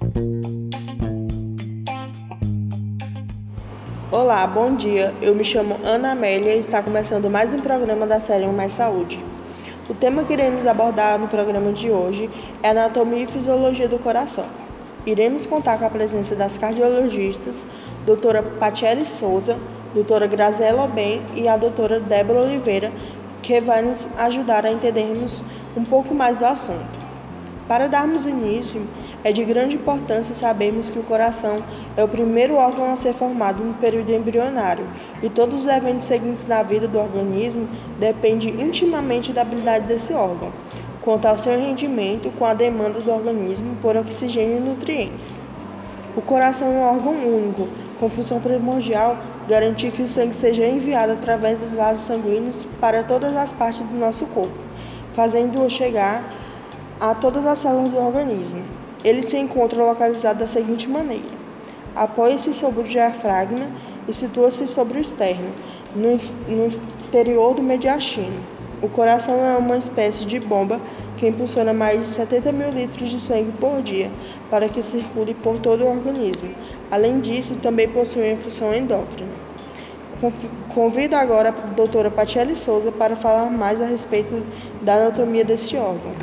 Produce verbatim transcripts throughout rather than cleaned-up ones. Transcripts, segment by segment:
Olá, bom dia. Eu me chamo Ana Amélia e está começando mais um programa da série Mais Saúde. O tema que iremos abordar no programa de hoje é anatomia e fisiologia do coração. Iremos contar com a presença das cardiologistas, doutora Patiele Souza, doutora Graziela Ben e a doutora Débora Oliveira, que vai nos ajudar a entendermos um pouco mais do assunto. Para darmos início, é de grande importância sabermos que o coração é o primeiro órgão a ser formado no período embrionário e todos os eventos seguintes na vida do organismo dependem intimamente da habilidade desse órgão, quanto ao seu rendimento com a demanda do organismo por oxigênio e nutrientes. O coração é um órgão único, com função primordial garantir que o sangue seja enviado através dos vasos sanguíneos para todas as partes do nosso corpo, fazendo-o chegar a todas as células do organismo. Ele se encontra localizado da seguinte maneira: apoia-se sobre o diafragma e situa-se sobre o externo, no, no interior do mediastino. O coração é uma espécie de bomba que impulsiona mais de setenta mil litros de sangue por dia para que circule por todo o organismo. Além disso, também possui uma função endócrina. Convido agora a doutora Patiele Souza para falar mais a respeito da anatomia deste órgão.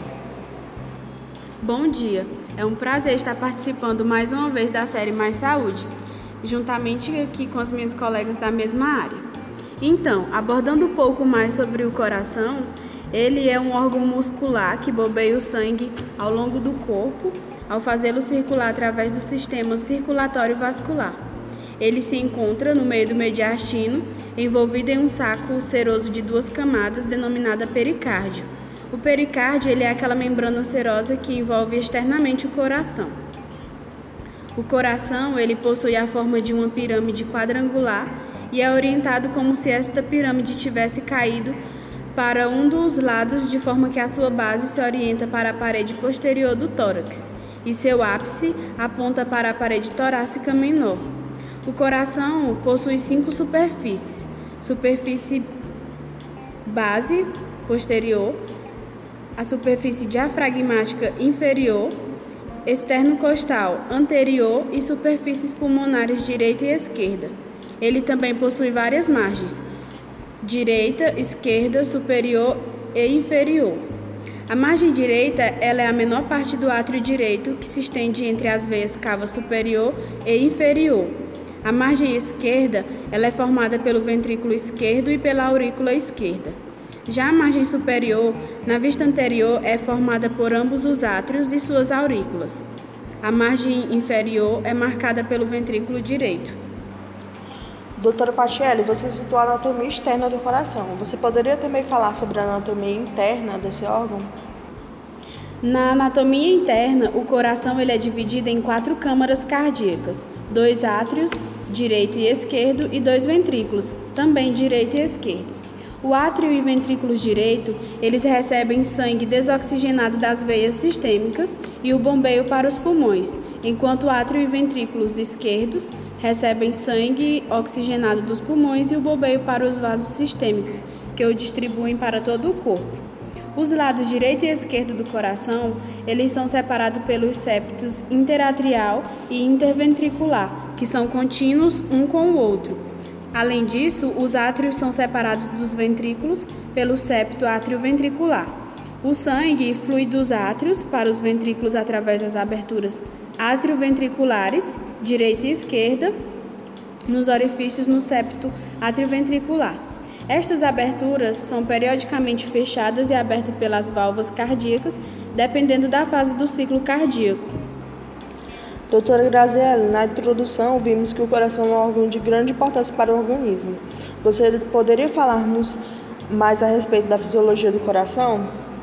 Bom dia, é um prazer estar participando mais uma vez da série Mais Saúde, juntamente aqui com as minhas colegas da mesma área. Então, abordando um pouco mais sobre o coração, ele é um órgão muscular que bombeia o sangue ao longo do corpo, ao fazê-lo circular através do sistema circulatório vascular. Ele se encontra no meio do mediastino, envolvido em um saco seroso de duas camadas, denominada pericárdio. O pericárdio ele é aquela membrana serosa que envolve externamente o coração. O coração ele possui a forma de uma pirâmide quadrangular e é orientado como se esta pirâmide tivesse caído para um dos lados, de forma que a sua base se orienta para a parede posterior do tórax e seu ápice aponta para a parede torácica menor. O coração possui cinco superfícies: superfície base posterior, a superfície diafragmática inferior, externo-costal anterior e superfícies pulmonares direita e esquerda. Ele também possui várias margens: direita, esquerda, superior e inferior. A margem direita ela é a menor parte do átrio direito, que se estende entre as veias cava superior e inferior. A margem esquerda ela é formada pelo ventrículo esquerdo e pela aurícula esquerda. Já a margem superior, na vista anterior, é formada por ambos os átrios e suas aurículas. A margem inferior é marcada pelo ventrículo direito. Doutora Patiele, você citou a anatomia externa do coração. Você poderia também falar sobre a anatomia interna desse órgão? Na anatomia interna, o coração ele é dividido em quatro câmaras cardíacas, dois átrios, direito e esquerdo, e dois ventrículos, também direito e esquerdo. O átrio e ventrículos direito, eles recebem sangue desoxigenado das veias sistêmicas e o bombeio para os pulmões, enquanto o átrio e ventrículos esquerdos recebem sangue oxigenado dos pulmões e o bombeio para os vasos sistêmicos, que o distribuem para todo o corpo. Os lados direito e esquerdo do coração, eles são separados pelos septos interatrial e interventricular, que são contínuos um com o outro. Além disso, os átrios são separados dos ventrículos pelo septo atrioventricular. O sangue flui dos átrios para os ventrículos através das aberturas atrioventriculares, direita e esquerda, nos orifícios no septo atrioventricular. Estas aberturas são periodicamente fechadas e abertas pelas válvulas cardíacas, dependendo da fase do ciclo cardíaco. Doutora Graziela, na introdução vimos que o coração é um órgão de grande importância para o organismo. Você poderia falar-nos mais a respeito da fisiologia do coração?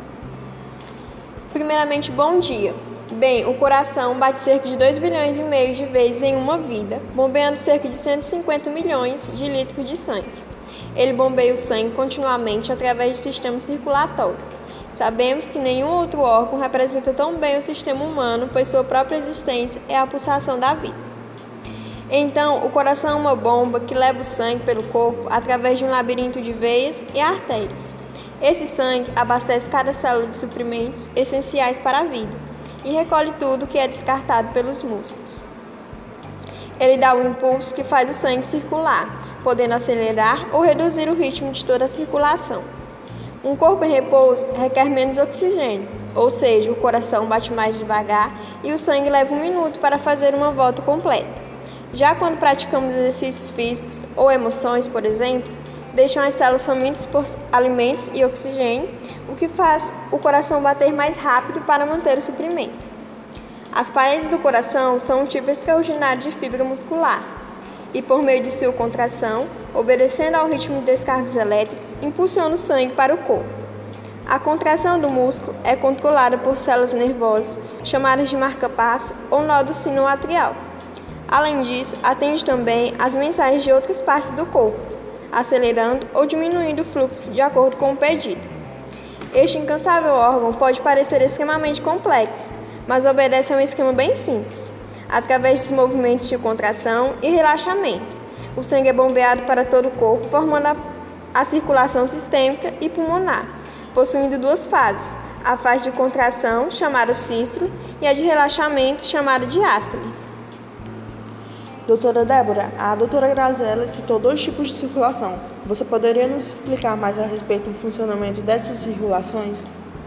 Primeiramente, bom dia. Bem, o coração bate cerca de dois bilhões e meio de vezes em uma vida, bombeando cerca de cento e cinquenta milhões de litros de sangue. Ele bombeia o sangue continuamente através do sistema circulatório. Sabemos que nenhum outro órgão representa tão bem o sistema humano, pois sua própria existência é a pulsação da vida. Então, o coração é uma bomba que leva o sangue pelo corpo através de um labirinto de veias e artérias. Esse sangue abastece cada célula de suprimentos essenciais para a vida, e recolhe tudo que é descartado pelos músculos. Ele dá o impulso que faz o sangue circular, podendo acelerar ou reduzir o ritmo de toda a circulação. Um corpo em repouso requer menos oxigênio, ou seja, o coração bate mais devagar e o sangue leva um minuto para fazer uma volta completa. Já quando praticamos exercícios físicos ou emoções, por exemplo, deixam as células famintas por alimentos e oxigênio, o que faz o coração bater mais rápido para manter o suprimento. As paredes do coração são um tipo extraordinário de fibra muscular e, por meio de sua contração, obedecendo ao ritmo de descargas elétricas, impulsiona o sangue para o corpo. A contração do músculo é controlada por células nervosas, chamadas de marca-passo ou nó do sino atrial. Além disso, atende também às mensagens de outras partes do corpo, acelerando ou diminuindo o fluxo de acordo com o pedido. Este incansável órgão pode parecer extremamente complexo, mas obedece a um esquema bem simples. Através dos movimentos de contração e relaxamento, o sangue é bombeado para todo o corpo, formando a, a circulação sistêmica e pulmonar, possuindo duas fases, a fase de contração, chamada sístole, e a de relaxamento, chamada diástole. Doutora Débora, a doutora Graziela citou dois tipos de circulação. Você poderia nos explicar mais a respeito do funcionamento dessas circulações?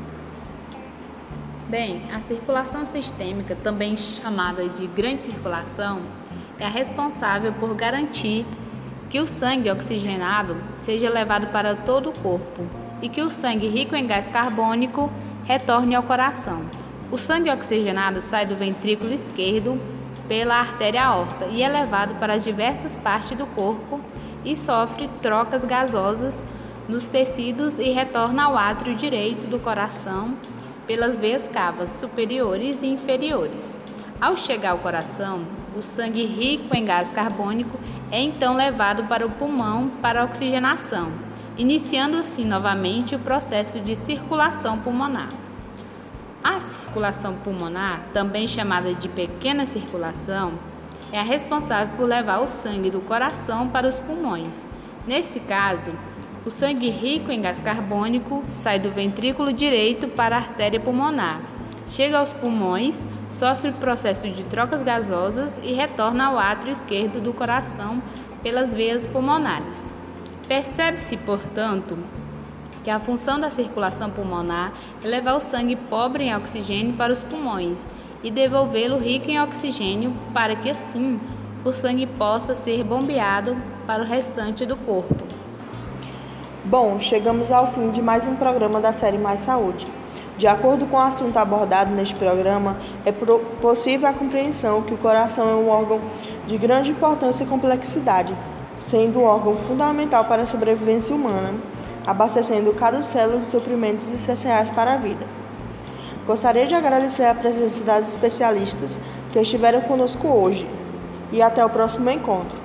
Bem, a circulação sistêmica, também chamada de grande circulação, é a responsável por garantir que o sangue oxigenado seja levado para todo o corpo e que o sangue rico em gás carbônico retorne ao coração. O sangue oxigenado sai do ventrículo esquerdo pela artéria aorta e é levado para as diversas partes do corpo e sofre trocas gasosas nos tecidos e retorna ao átrio direito do coração pelas veias cavas superiores e inferiores. Ao chegar ao coração, o sangue rico em gás carbônico é então levado para o pulmão para a oxigenação, iniciando assim novamente o processo de circulação pulmonar. A circulação pulmonar, também chamada de pequena circulação, é a responsável por levar o sangue do coração para os pulmões. Nesse caso, o sangue rico em gás carbônico sai do ventrículo direito para a artéria pulmonar, chega aos pulmões, sofre o processo de trocas gasosas e retorna ao átrio esquerdo do coração pelas veias pulmonares. Percebe-se, portanto, que a função da circulação pulmonar é levar o sangue pobre em oxigênio para os pulmões e devolvê-lo rico em oxigênio para que, assim, o sangue possa ser bombeado para o restante do corpo. Bom, chegamos ao fim de mais um programa da série Mais Saúde. De acordo com o assunto abordado neste programa, é possível a compreensão que o coração é um órgão de grande importância e complexidade, sendo um órgão fundamental para a sobrevivência humana, abastecendo cada célula de suprimentos essenciais para a vida. Gostaria de agradecer a presença das especialistas que estiveram conosco hoje e até o próximo encontro.